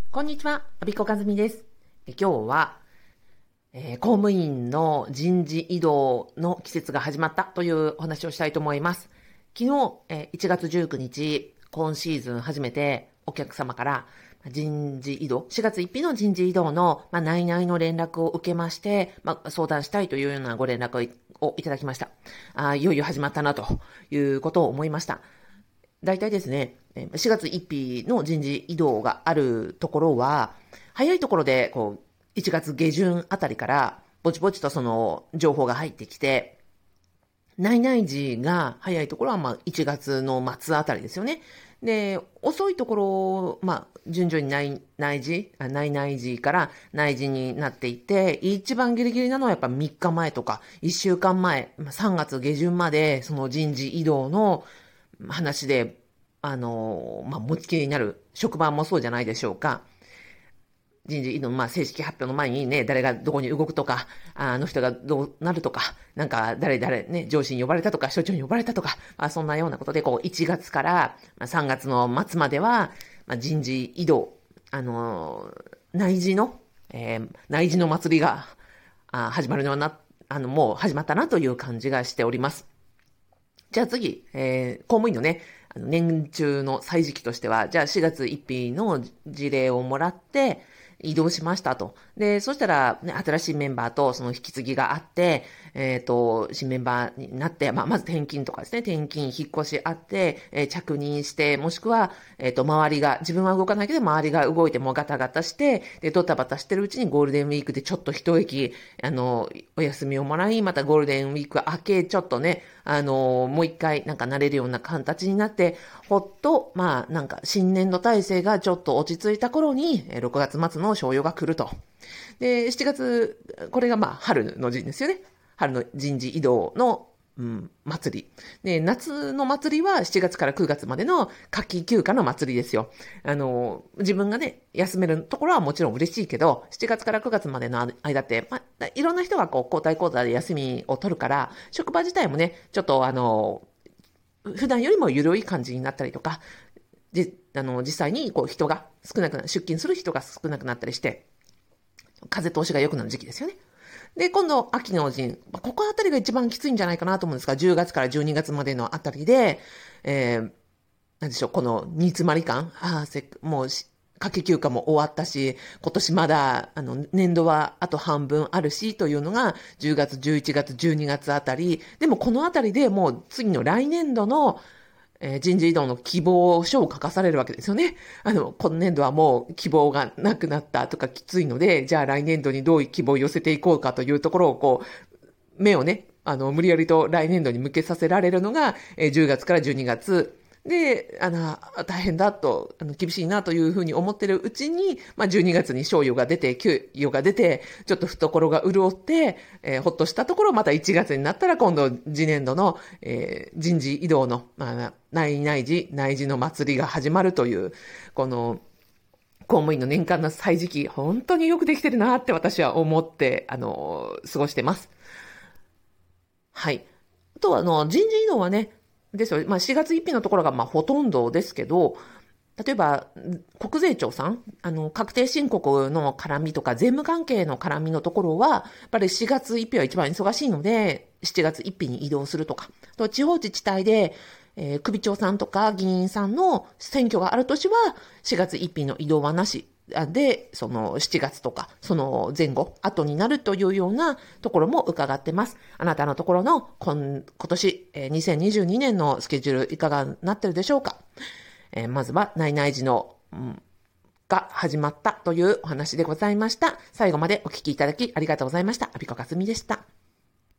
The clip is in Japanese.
こんにちは、阿比子和美です。今日は、公務員の人事異動の季節が始まったというお話をしたいと思います。昨日、1月19日、今シーズン初めてお客様から人事異動、4月1日の人事異動の、内々の連絡を受けまして、相談したいというようなご連絡をいただきました。いよいよ始まったなということを思いました。大体ですね、4月1日の人事異動があるところは、早いところで1月下旬あたりからぼちぼちとその情報が入ってきて、内々時が早いところは1月の末あたりですよね。で、遅いところ、順々に内々時から内時になっていて、一番ギリギリなのはやっぱ3日前とか1週間前、3月下旬までその人事異動の話で、持ちきりになる職場もそうじゃないでしょうか。人事異動の、正式発表の前にね、誰がどこに動くとか、あの人がどうなるとか、誰ね、上司に呼ばれたとか、所長に呼ばれたとか、そんなようなことで、1月から3月の末までは、人事異動、内示の祭りが、始まるのはもう始まったなという感じがしております。じゃあ次、公務員のね、年中の歳時期としては、じゃあ4月1日の事例をもらって、移動しましたと。で、そしたら、ね、新しいメンバーとその引き継ぎがあって、新メンバーになって、まず転勤とかですね、転勤、引っ越しあって、着任して、もしくは、周りが、自分は動かないけど、周りが動いてもガタガタして、で、ドタバタしてるうちにゴールデンウィークでちょっと一息、お休みをもらい、またゴールデンウィーク明け、ちょっとね、もう一回、慣れるような形になって、ほっと、新年度体制がちょっと落ち着いた頃に、6月末の商用が来ると。で、7月、これが春の陣ですよね。春の人事異動の、祭り。で、夏の祭りは7月から9月までの夏季休暇の祭りですよ。自分がね、休めるところはもちろん嬉しいけど、7月から9月までの間って、いろんな人が交代交代で休みを取るから、職場自体もね、ちょっと普段よりも緩い感じになったりとか、実際に人が少なくなる、出勤する人が少なくなったりして、風通しが良くなる時期ですよね。で、今度、秋の陣。ここあたりが一番きついんじゃないかなと思うんですが、10月から12月までのあたりで、なんでしょう、この煮詰まり感。もう、夏季休暇も終わったし、今年まだ、年度はあと半分あるし、というのが、10月、11月、12月あたり。でも、このあたりでもう、次の来年度の、人事異動の希望書を書かされるわけですよね。今年度はもう希望がなくなったとかきついので、じゃあ来年度にどういう希望を寄せていこうかというところを目をね、無理やりと来年度に向けさせられるのが、10月から12月。で、大変だと、厳しいなというふうに思ってるうちに、12月に賞与が出て、給与が出て、ちょっと懐が潤って、ほっとしたところ、また1月になったら今度、次年度の、人事異動の、内示の祭りが始まるという、この、公務員の年間の歳時期、本当によくできてるなって私は思って、過ごしてます。はい。あとは、人事異動はね、ですよ。4月1日のところがほとんどですけど、例えば、国税庁さん、確定申告の絡みとか、税務関係の絡みのところは、やっぱり4月1日は一番忙しいので、7月1日に移動するとか、と地方自治体で、首長さんとか議員さんの選挙がある年は、4月1日の移動はなし。で、その7月とか、その前後、後になるというようなところも伺ってます。あなたのところの今年、2022年のスケジュールいかがなってるでしょうか。まずは、内々時の、が始まったというお話でございました。最後までお聞きいただきありがとうございました。阿比子かすみでした。